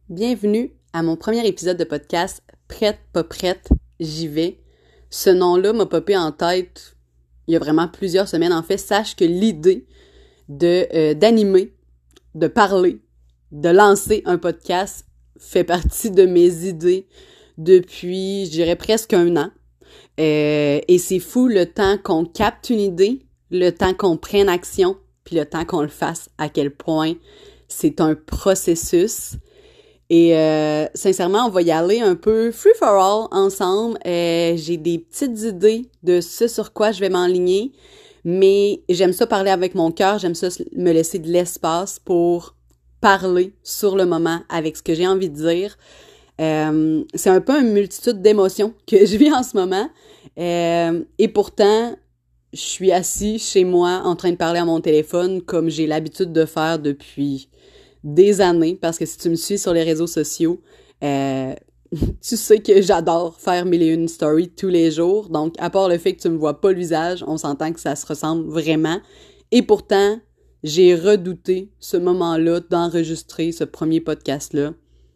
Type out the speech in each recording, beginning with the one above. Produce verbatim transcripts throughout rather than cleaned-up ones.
Bienvenue à mon premier épisode de podcast « Prête, pas prête, j'y vais ». Ce nom-là m'a popé en tête il y a vraiment plusieurs semaines. En fait, sache que l'idée de euh, d'animer, de parler, de lancer un podcast fait partie de mes idées depuis, je dirais, presque un an. Euh, et c'est fou le temps qu'on capte une idée, le temps qu'on prenne action, puis le temps qu'on le fasse, à quel point c'est un processus. Et euh, sincèrement, on va y aller un peu free for all ensemble. Euh, j'ai des petites idées de ce sur quoi je vais m'enligner, mais j'aime ça parler avec mon cœur, j'aime ça me laisser de l'espace pour parler sur le moment avec ce que j'ai envie de dire. Euh, c'est un peu une multitude d'émotions que je vis en ce moment. Euh, et pourtant, je suis assis chez moi en train de parler à mon téléphone comme j'ai l'habitude de faire depuis des années, parce que si tu me suis sur les réseaux sociaux, euh, tu sais que j'adore faire mille et une stories tous les jours. Donc, à part le fait que tu me vois pas le visage, on s'entend que ça se ressemble vraiment. Et pourtant, j'ai redouté ce moment-là d'enregistrer ce premier podcast-là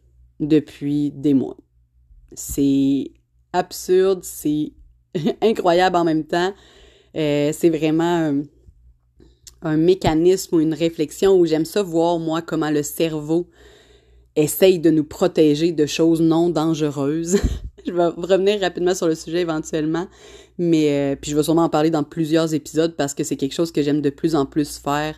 depuis des mois. C'est absurde, c'est incroyable en même temps. Euh, c'est vraiment un, un mécanisme ou une réflexion où j'aime ça voir, moi, comment le cerveau essaye de nous protéger de choses non dangereuses. Je vais revenir rapidement sur le sujet éventuellement, mais euh, puis je vais sûrement en parler dans plusieurs épisodes parce que c'est quelque chose que j'aime de plus en plus faire,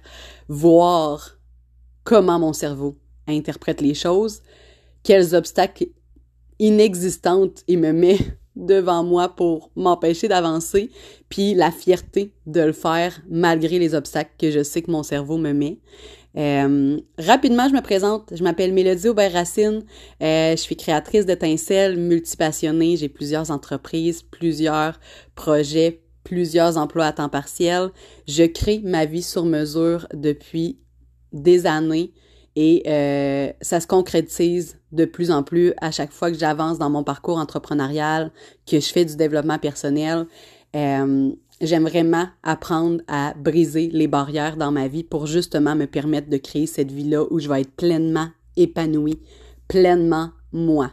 voir comment mon cerveau interprète les choses, quels obstacles inexistants il me met devant moi pour m'empêcher d'avancer, puis la fierté de le faire malgré les obstacles que je sais que mon cerveau me met. Euh, rapidement, je me présente. Je m'appelle Mélodie Aubert-Racine. Euh, je suis créatrice d'étincelles, multipassionnée. J'ai plusieurs entreprises, plusieurs projets, plusieurs emplois à temps partiel. Je crée ma vie sur mesure depuis des années. Et euh, ça se concrétise de plus en plus à chaque fois que j'avance dans mon parcours entrepreneurial, que je fais du développement personnel. Euh, j'aime vraiment apprendre à briser les barrières dans ma vie pour justement me permettre de créer cette vie-là où je vais être pleinement épanouie, pleinement moi.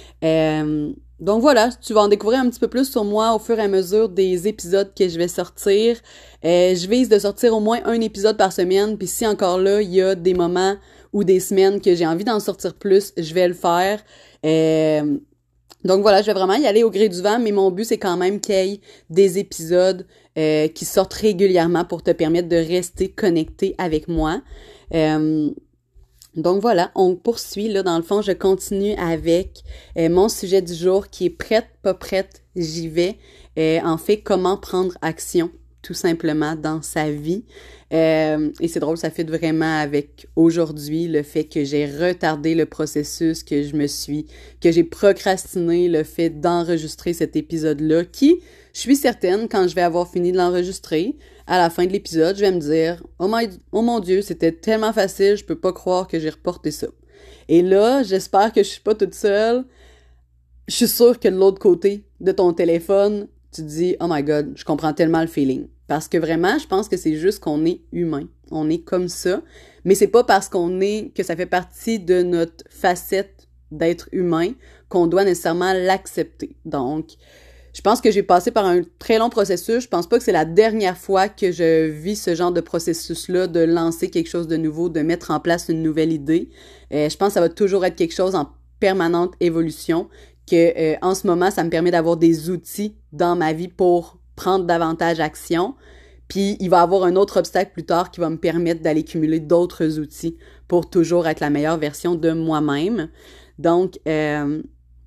Euh, donc voilà, tu vas en découvrir un petit peu plus sur moi au fur et à mesure des épisodes que je vais sortir. Euh, je vise de sortir au moins un épisode par semaine, puis si encore là, il y a des moments ou des semaines que j'ai envie d'en sortir plus, je vais le faire. Euh, donc voilà, je vais vraiment y aller au gré du vent, mais mon but, c'est quand même qu'il y ait des épisodes euh, qui sortent régulièrement pour te permettre de rester connecté avec moi. Euh, donc voilà, on poursuit. Là, dans le fond, je continue avec euh, mon sujet du jour qui est « Prête, pas prête, j'y vais euh, ». En fait, comment prendre action tout simplement dans sa vie. Euh, et c'est drôle, ça fit vraiment avec aujourd'hui, le fait que j'ai retardé le processus, que je me suis, que j'ai procrastiné le fait d'enregistrer cet épisode-là, qui, je suis certaine, quand je vais avoir fini de l'enregistrer, à la fin de l'épisode, je vais me dire « Oh my, oh mon Dieu, c'était tellement facile, je peux pas croire que j'ai reporté ça. » Et là, j'espère que je suis pas toute seule. Je suis sûre que de l'autre côté de ton téléphone, tu te dis « Oh my God, je comprends tellement le feeling. » Parce que vraiment, je pense que c'est juste qu'on est humain. On est comme ça. Mais c'est pas parce qu'on est, que ça fait partie de notre facette d'être humain qu'on doit nécessairement l'accepter. Donc, je pense que j'ai passé par un très long processus. Je pense pas que c'est la dernière fois que je vis ce genre de processus-là, de lancer quelque chose de nouveau, de mettre en place une nouvelle idée. Euh, je pense que ça va toujours être quelque chose en permanente évolution, que euh, en ce moment, ça me permet d'avoir des outils dans ma vie pour prendre davantage action, puis il va y avoir un autre obstacle plus tard qui va me permettre d'aller cumuler d'autres outils pour toujours être la meilleure version de moi-même. Donc, euh,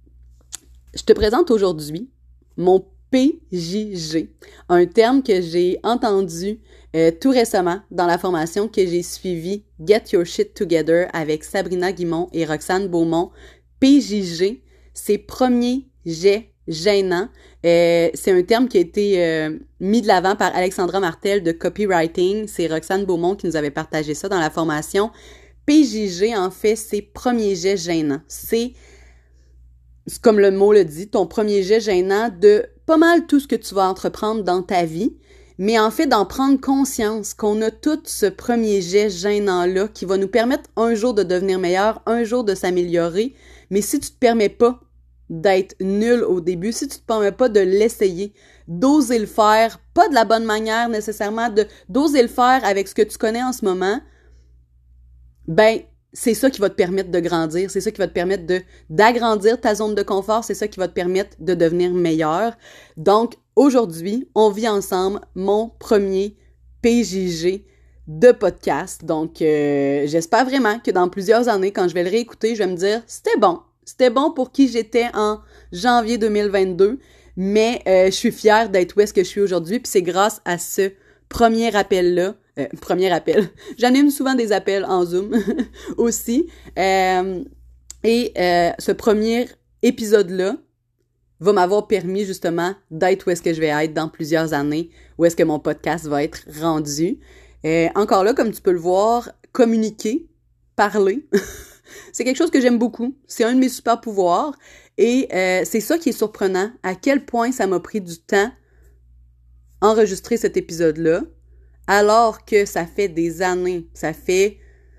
je te présente aujourd'hui mon P J G, un terme que j'ai entendu euh, tout récemment dans la formation que j'ai suivie Get Your Shit Together avec Sabrina Guimond et Roxane Beaumont. P J G, c'est premier jet gênant. Euh, c'est un terme qui a été euh, mis de l'avant par Alexandra Martel de Copywriting. C'est Roxane Beaumont qui nous avait partagé ça dans la formation. P J G, en fait, c'est premier jet gênant. C'est, comme le mot le dit, ton premier jet gênant de pas mal tout ce que tu vas entreprendre dans ta vie. mais en fait d'en prendre conscience qu'on a tout ce premier geste gênant-là qui va nous permettre un jour de devenir meilleur, un jour de s'améliorer, mais si tu te permets pas d'être nul au début, si tu te permets pas de l'essayer, d'oser le faire, pas de la bonne manière nécessairement, de d'oser le faire avec ce que tu connais en ce moment, ben c'est ça qui va te permettre de grandir, c'est ça qui va te permettre de d'agrandir ta zone de confort, c'est ça qui va te permettre de devenir meilleur. Donc, aujourd'hui, on vit ensemble mon premier P J G de podcast. Donc, euh, j'espère vraiment que dans plusieurs années, quand je vais le réécouter, je vais me dire « C'était bon, c'était bon pour qui j'étais en janvier deux mille vingt-deux, mais euh, je suis fière d'être où est-ce que je suis aujourd'hui, puis c'est grâce à ce premier appel-là. Euh, premier appel. J'anime souvent des appels en Zoom aussi. Euh, et euh, ce premier épisode-là va m'avoir permis justement d'être où est-ce que je vais être dans plusieurs années, où est-ce que mon podcast va être rendu. Euh, encore là, comme tu peux le voir, communiquer, parler, c'est quelque chose que j'aime beaucoup. C'est un de mes super pouvoirs. Et euh, c'est ça qui est surprenant, à quel point ça m'a pris du temps enregistrer cet épisode-là, alors que ça fait des années, ça fait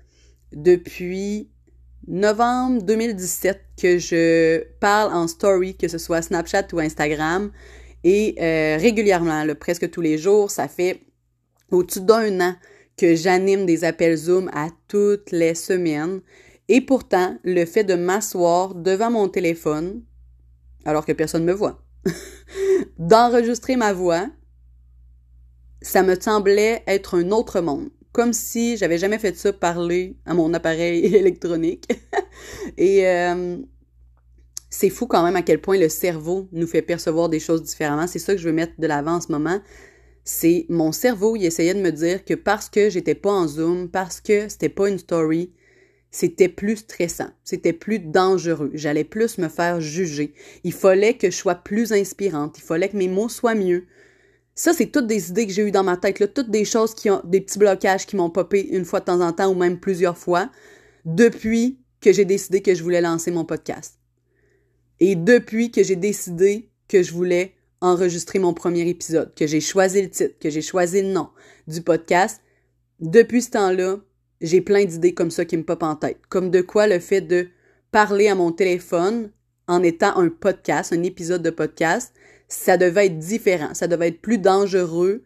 depuis novembre deux mille dix-sept que je parle en story, que ce soit Snapchat ou Instagram, et euh, régulièrement, là, presque tous les jours, ça fait au-dessus d'un an que j'anime des appels Zoom à toutes les semaines. Et pourtant, le fait de m'asseoir devant mon téléphone, alors que personne ne me voit, d'enregistrer ma voix, ça me semblait être un autre monde. Comme si j'avais jamais fait ça, parler à mon appareil électronique. Et euh, c'est fou quand même à quel point le cerveau nous fait percevoir des choses différemment. C'est ça que je veux mettre de l'avant en ce moment. C'est mon cerveau, il essayait de me dire que parce que j'étais pas en Zoom, parce que c'était pas une story, c'était plus stressant, c'était plus dangereux. J'allais plus me faire juger. Il fallait que je sois plus inspirante. Il fallait que mes mots soient mieux. Ça, c'est toutes des idées que j'ai eues dans ma tête, là, toutes des choses qui ont, des petits blocages qui m'ont popé une fois de temps en temps ou même plusieurs fois depuis que j'ai décidé que je voulais lancer mon podcast. Et depuis que j'ai décidé que je voulais enregistrer mon premier épisode, que j'ai choisi le titre, que j'ai choisi le nom du podcast, depuis ce temps-là, j'ai plein d'idées comme ça qui me popent en tête. Comme de quoi le fait de parler à mon téléphone en étant un podcast, un épisode de podcast, ça devait être différent, ça devait être plus dangereux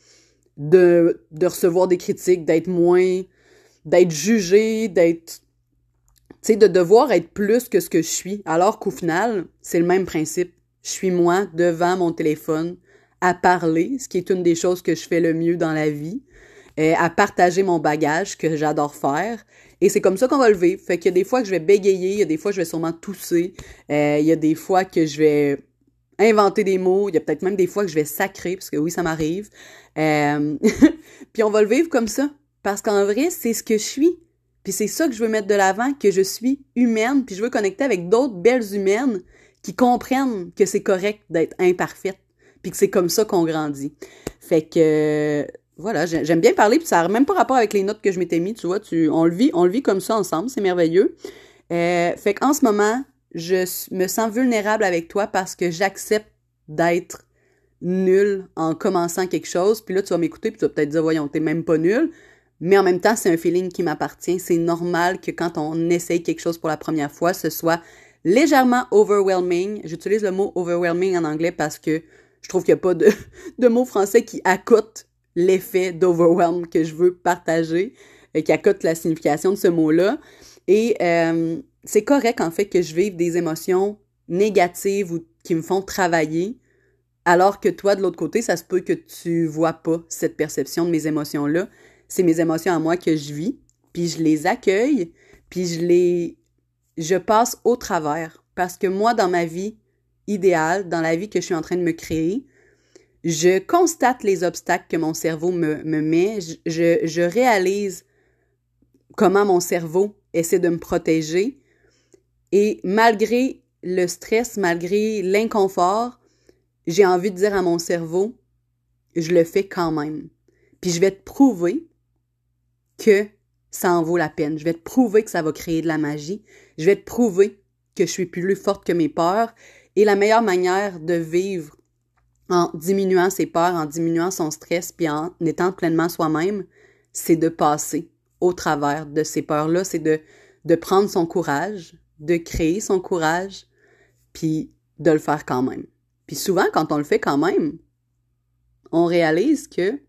de, de recevoir des critiques, d'être moins, d'être jugé, d'être, tu sais, de devoir être plus que ce que je suis, alors qu'au final, c'est le même principe. Je suis moi devant mon téléphone à parler, ce qui est une des choses que je fais le mieux dans la vie, euh, à partager mon bagage que j'adore faire. Et c'est comme ça qu'on va le vivre. Fait qu'il y a des fois que je vais bégayer, il y a des fois que je vais sûrement tousser, euh, il y a des fois que je vais inventer des mots, il y a peut-être même des fois que je vais sacrer, parce que oui, ça m'arrive. Euh... Puis on va le vivre comme ça, parce qu'en vrai, c'est ce que je suis. Puis c'est ça que je veux mettre de l'avant, que je suis humaine, puis je veux connecter avec d'autres belles humaines qui comprennent que c'est correct d'être imparfaite, puis que c'est comme ça qu'on grandit. Fait que, voilà, j'aime bien parler, puis ça n'a même pas rapport avec les notes que je m'étais mis, tu vois, tu, on le vit, on le vit comme ça ensemble, c'est merveilleux. Euh, fait qu'en ce moment, je me sens vulnérable avec toi parce que j'accepte d'être nulle en commençant quelque chose. Puis là, tu vas m'écouter puis tu vas peut-être dire « Voyons, t'es même pas nulle ». Mais en même temps, c'est un feeling qui m'appartient. C'est normal que quand on essaye quelque chose pour la première fois, ce soit légèrement overwhelming. J'utilise le mot « overwhelming » en anglais parce que je trouve qu'il n'y a pas de, de mot français qui accote l'effet d'overwhelm que je veux partager, qui accote la signification de ce mot-là. Et euh, c'est correct, en fait, que je vive des émotions négatives ou qui me font travailler, alors que toi, de l'autre côté, ça se peut que tu vois pas cette perception de mes émotions-là. C'est mes émotions à moi que je vis, puis je les accueille, puis je les... je passe au travers. Parce que moi, dans ma vie idéale, dans la vie que je suis en train de me créer, je constate les obstacles que mon cerveau me, me met, je, je, je réalise comment mon cerveau essaie de me protéger. Et malgré le stress, malgré l'inconfort, j'ai envie de dire à mon cerveau, je le fais quand même. Puis je vais te prouver que ça en vaut la peine. Je vais te prouver que ça va créer de la magie. Je vais te prouver que je suis plus forte que mes peurs. Et la meilleure manière de vivre en diminuant ses peurs, en diminuant son stress, puis en étant pleinement soi-même, c'est de passer au travers de ces peurs-là, c'est de, de prendre son courage, de créer son courage, puis de le faire quand même. Puis souvent, quand on le fait quand même, on réalise que...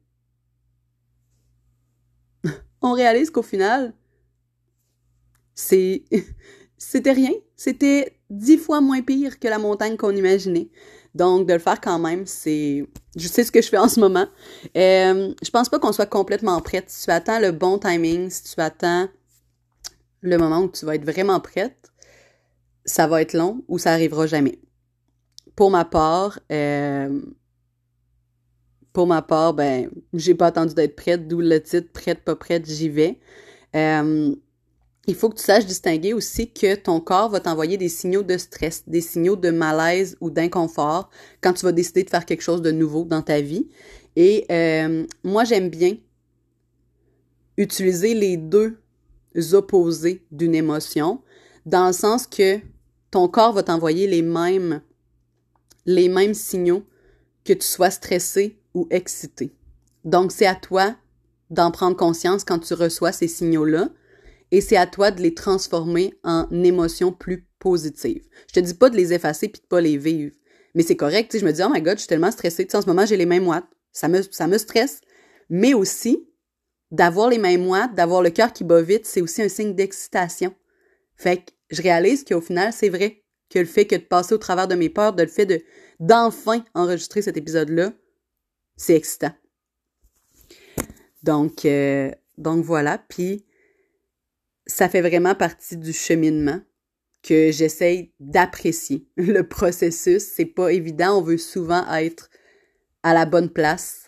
on réalise qu'au final, c'est... c'était rien. C'était dix fois moins pire que la montagne qu'on imaginait. Donc, de le faire quand même, c'est... Je sais ce que je fais en ce moment. Euh, je pense pas qu'on soit complètement prête. Si tu attends le bon timing, si tu attends le moment où tu vas être vraiment prête, ça va être long ou ça arrivera jamais. Pour ma part, euh, pour ma part, ben, j'ai pas attendu d'être prête, d'où le titre « Prête, pas prête, j'y vais euh, ». Il faut que tu saches distinguer aussi que ton corps va t'envoyer des signaux de stress, des signaux de malaise ou d'inconfort quand tu vas décider de faire quelque chose de nouveau dans ta vie. Et euh, moi, j'aime bien utiliser les deux opposés d'une émotion, dans le sens que ton corps va t'envoyer les mêmes, les mêmes signaux que tu sois stressé ou excité. Donc, c'est à toi d'en prendre conscience quand tu reçois ces signaux-là. Et c'est à toi de les transformer en émotions plus positives. Je te dis pas de les effacer puis de pas les vivre. Mais c'est correct, tu sais, je me dis, oh my god, je suis tellement stressée. Tu sais, en ce moment, j'ai les mêmes watts. Ça me, ça me stresse. Mais aussi, d'avoir les mêmes watts, d'avoir le cœur qui bat vite, c'est aussi un signe d'excitation. Fait que je réalise qu'au final, c'est vrai que le fait que de passer au travers de mes peurs, de le fait de, d'enfin enregistrer cet épisode-là, c'est excitant. Donc, euh, donc voilà. Puis, ça fait vraiment partie du cheminement que j'essaye d'apprécier. Le processus, c'est pas évident. On veut souvent être à la bonne place,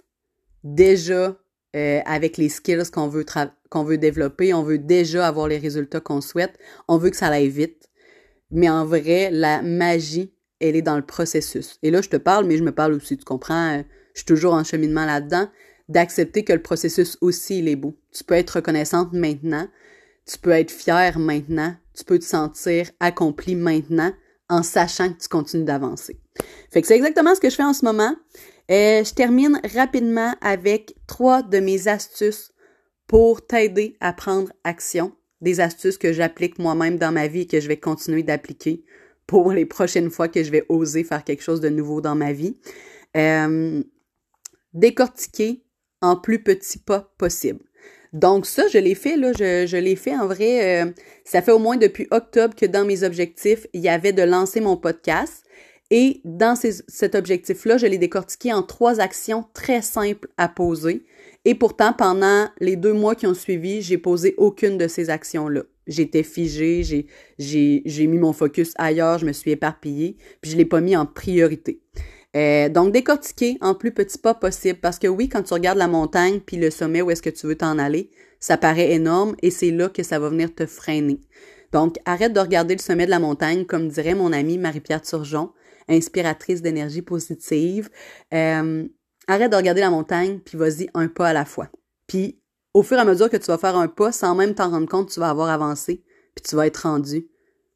déjà euh, avec les skills qu'on veut tra- qu'on veut développer. On veut déjà avoir les résultats qu'on souhaite. On veut que ça aille vite. Mais en vrai, la magie, elle est dans le processus. Et là, je te parle, mais je me parle aussi, tu comprends? Euh, je suis toujours en cheminement là-dedans, d'accepter que le processus aussi, il est beau. Tu peux être reconnaissante maintenant. Tu peux être fière maintenant, tu peux te sentir accompli maintenant en sachant que tu continues d'avancer. Fait que c'est exactement ce que je fais en ce moment. Euh, je termine rapidement avec trois de mes astuces pour t'aider à prendre action. Des astuces que j'applique moi-même dans ma vie et que je vais continuer d'appliquer pour les prochaines fois que je vais oser faire quelque chose de nouveau dans ma vie. Euh, décortiquer en plus petits pas possible. Donc ça, je l'ai fait, là, je, je l'ai fait en vrai, euh, ça fait au moins depuis octobre que dans mes objectifs, il y avait de lancer mon podcast. Et dans ces, cet objectif-là, je l'ai décortiqué en trois actions très simples à poser. Et pourtant, pendant les deux mois qui ont suivi, j'ai posé aucune de ces actions-là. J'étais figée, j'ai, j'ai, j'ai mis mon focus ailleurs, je me suis éparpillée, puis je l'ai pas mis en priorité. Euh, donc, décortiquer en plus petits pas possible, parce que oui, quand tu regardes la montagne puis le sommet où est-ce que tu veux t'en aller, ça paraît énorme et c'est là que ça va venir te freiner. Donc, arrête de regarder le sommet de la montagne, comme dirait mon amie Marie-Pierre Turgeon, inspiratrice d'énergie positive. Euh, arrête de regarder la montagne puis vas-y un pas à la fois. Puis, au fur et à mesure que tu vas faire un pas, sans même t'en rendre compte, tu vas avoir avancé puis tu vas être rendu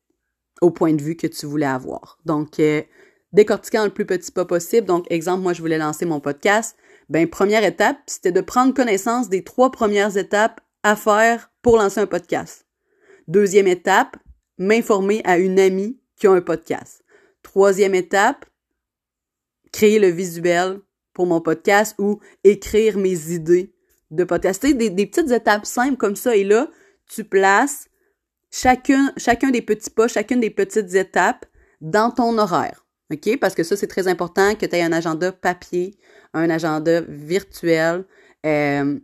au point de vue que tu voulais avoir. Donc, euh, décortiquant le plus petit pas possible. Donc, exemple, moi, je voulais lancer mon podcast. Ben, première étape, c'était de prendre connaissance des trois premières étapes à faire pour lancer un podcast. Deuxième étape, m'informer à une amie qui a un podcast. Troisième étape, créer le visuel pour mon podcast ou écrire mes idées de podcast. Tu sais, des, des petites étapes simples comme ça. Et là, tu places chacun, chacun des petits pas, chacune des petites étapes dans ton horaire. OK? Parce que ça, c'est très important que tu aies un agenda papier, un agenda virtuel. Euh,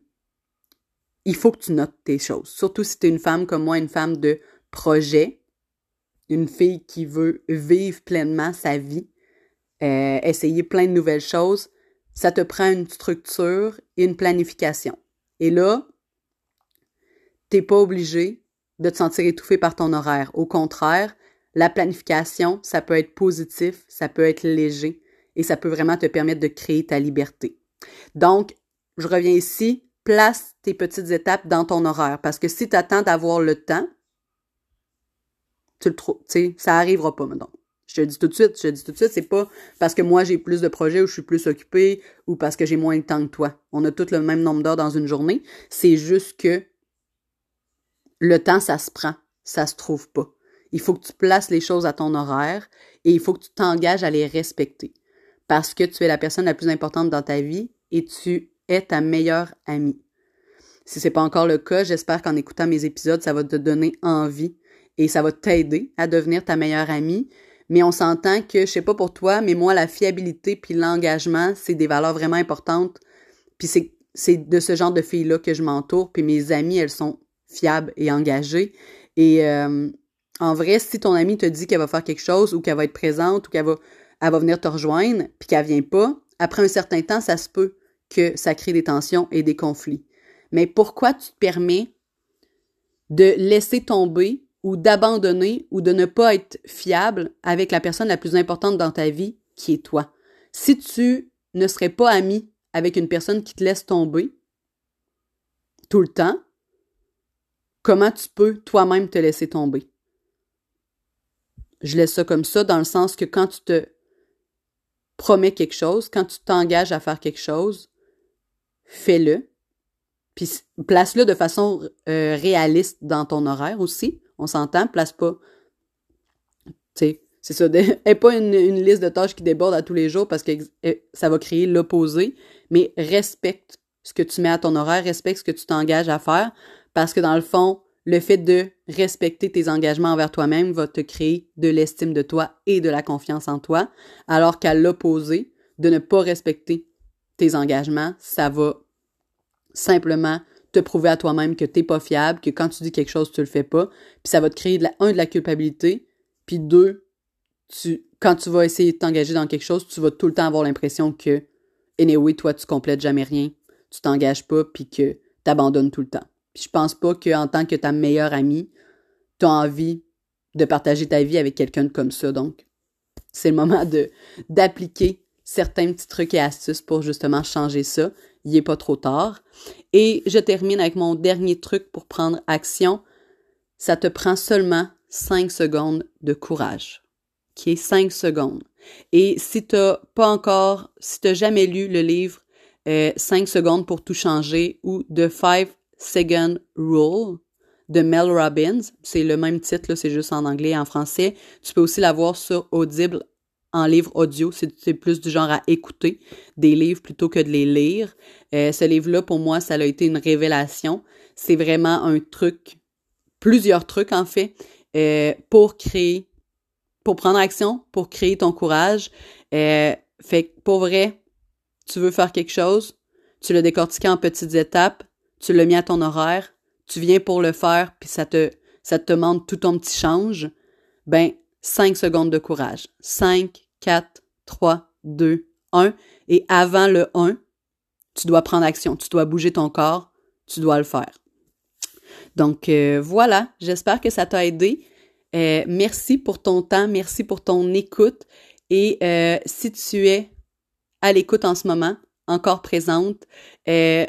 il faut que tu notes tes choses. Surtout si tu es une femme comme moi, une femme de projet, une fille qui veut vivre pleinement sa vie, euh, essayer plein de nouvelles choses. Ça te prend une structure et une planification. Et là, t'es pas obligé de te sentir étouffé par ton horaire. Au contraire, la planification, ça peut être positif, ça peut être léger et ça peut vraiment te permettre de créer ta liberté. Donc, je reviens ici, place tes petites étapes dans ton horaire parce que si tu attends d'avoir le temps, tu le trouves, tu sais, ça arrivera pas, maintenant. Je te le dis tout de suite, je te le dis tout de suite, c'est pas parce que moi j'ai plus de projets ou je suis plus occupée ou parce que j'ai moins de temps que toi. On a tous le même nombre d'heures dans une journée. C'est juste que le temps, ça se prend, ça se trouve pas. Il faut que tu places les choses à ton horaire et il faut que tu t'engages à les respecter. Parce que tu es la personne la plus importante dans ta vie et tu es ta meilleure amie. Si c'est pas encore le cas, j'espère qu'en écoutant mes épisodes, ça va te donner envie et ça va t'aider à devenir ta meilleure amie. Mais on s'entend que, je sais pas pour toi, mais moi, la fiabilité puis l'engagement, c'est des valeurs vraiment importantes. Puis c'est, c'est de ce genre de filles-là que je m'entoure. Puis mes amies, elles sont fiables et engagées. Et euh, en vrai, si ton amie te dit qu'elle va faire quelque chose ou qu'elle va être présente ou qu'elle va, elle va venir te rejoindre puis qu'elle vient pas, après un certain temps, ça se peut que ça crée des tensions et des conflits. Mais pourquoi tu te permets de laisser tomber ou d'abandonner ou de ne pas être fiable avec la personne la plus importante dans ta vie, qui est toi? Si tu ne serais pas ami avec une personne qui te laisse tomber tout le temps, comment tu peux toi-même te laisser tomber? Je laisse ça comme ça, dans le sens que quand tu te promets quelque chose, quand tu t'engages à faire quelque chose, fais-le. Puis place-le de façon euh, réaliste dans ton horaire aussi. On s'entend, place pas. Tu sais, c'est ça. Aie pas une, une liste de tâches qui déborde à tous les jours parce que ça va créer l'opposé, mais respecte ce que tu mets à ton horaire, respecte ce que tu t'engages à faire parce que dans le fond, le fait de respecter tes engagements envers toi-même va te créer de l'estime de toi et de la confiance en toi, alors qu'à l'opposé, de ne pas respecter tes engagements, ça va simplement te prouver à toi-même que t'es pas fiable, que quand tu dis quelque chose, tu le fais pas, puis ça va te créer de la, un, de la culpabilité, puis deux, tu, quand tu vas essayer de t'engager dans quelque chose, tu vas tout le temps avoir l'impression que, anyway, toi, tu complètes jamais rien, tu t'engages pas, puis que t'abandonnes tout le temps. Puis je pense pas qu'en tant que ta meilleure amie, t'as envie de partager ta vie avec quelqu'un comme ça, donc c'est le moment de d'appliquer certains petits trucs et astuces pour justement changer ça. Il est pas trop tard. Et je termine avec mon dernier truc pour prendre action. Ça te prend seulement cinq secondes de courage. Qui est cinq secondes. Et si t'as pas encore, si t'as jamais lu le livre euh, cinq secondes pour tout changer ou The five second Rule de Mel Robbins, c'est le même titre, là, c'est juste en anglais et en français. Tu peux aussi l'avoir sur Audible en livre audio, c'est, c'est plus du genre à écouter des livres plutôt que de les lire. Euh, ce livre-là, pour moi, ça a été une révélation. C'est vraiment un truc, plusieurs trucs en fait, euh, pour créer, pour prendre action, pour créer ton courage. Euh, fait que pour vrai, tu veux faire quelque chose, tu le décortiques en petites étapes, tu l'as mis à ton horaire, tu viens pour le faire, puis ça te, ça te demande tout ton petit change, ben, cinq secondes de courage. cinq, quatre, trois, deux, un. Et avant le un, tu dois prendre action. Tu dois bouger ton corps. Tu dois le faire. Donc, euh, voilà. J'espère que ça t'a aidé. Euh, merci pour ton temps. Merci pour ton écoute. Et euh, si tu es à l'écoute en ce moment, encore présente, euh,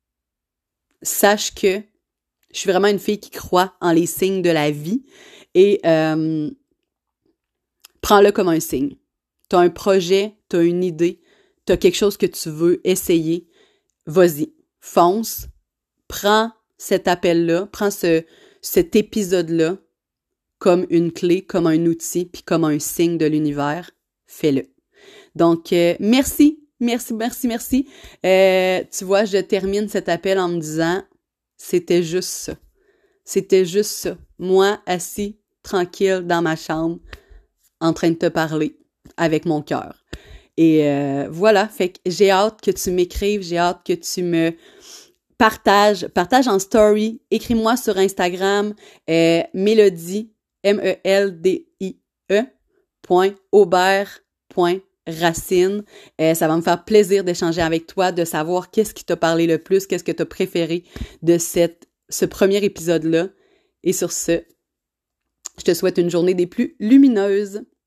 sache que je suis vraiment une fille qui croit en les signes de la vie. Et euh, prends-le comme un signe. Tu as un projet, tu as une idée, tu as quelque chose que tu veux essayer. Vas-y, fonce, prends cet appel-là, prends ce, cet épisode-là comme une clé, comme un outil, puis comme un signe de l'univers. Fais-le. Donc, euh, merci, merci, merci, merci. Euh, tu vois, je termine cet appel en me disant, c'était juste ça. C'était juste ça. Moi, assis, tranquille, dans ma chambre, en train de te parler avec mon cœur. Et euh, voilà, fait que j'ai hâte que tu m'écrives, j'ai hâte que tu me partages, partage en story, écris-moi sur Instagram, euh, Mélodie, M E L D I E, point, Aubert, point, Racine. Euh, ça va me faire plaisir d'échanger avec toi, de savoir qu'est-ce qui t'a parlé le plus, qu'est-ce que t'as préféré de cette, ce premier épisode-là. Et sur ce, je te souhaite une journée des plus lumineuses.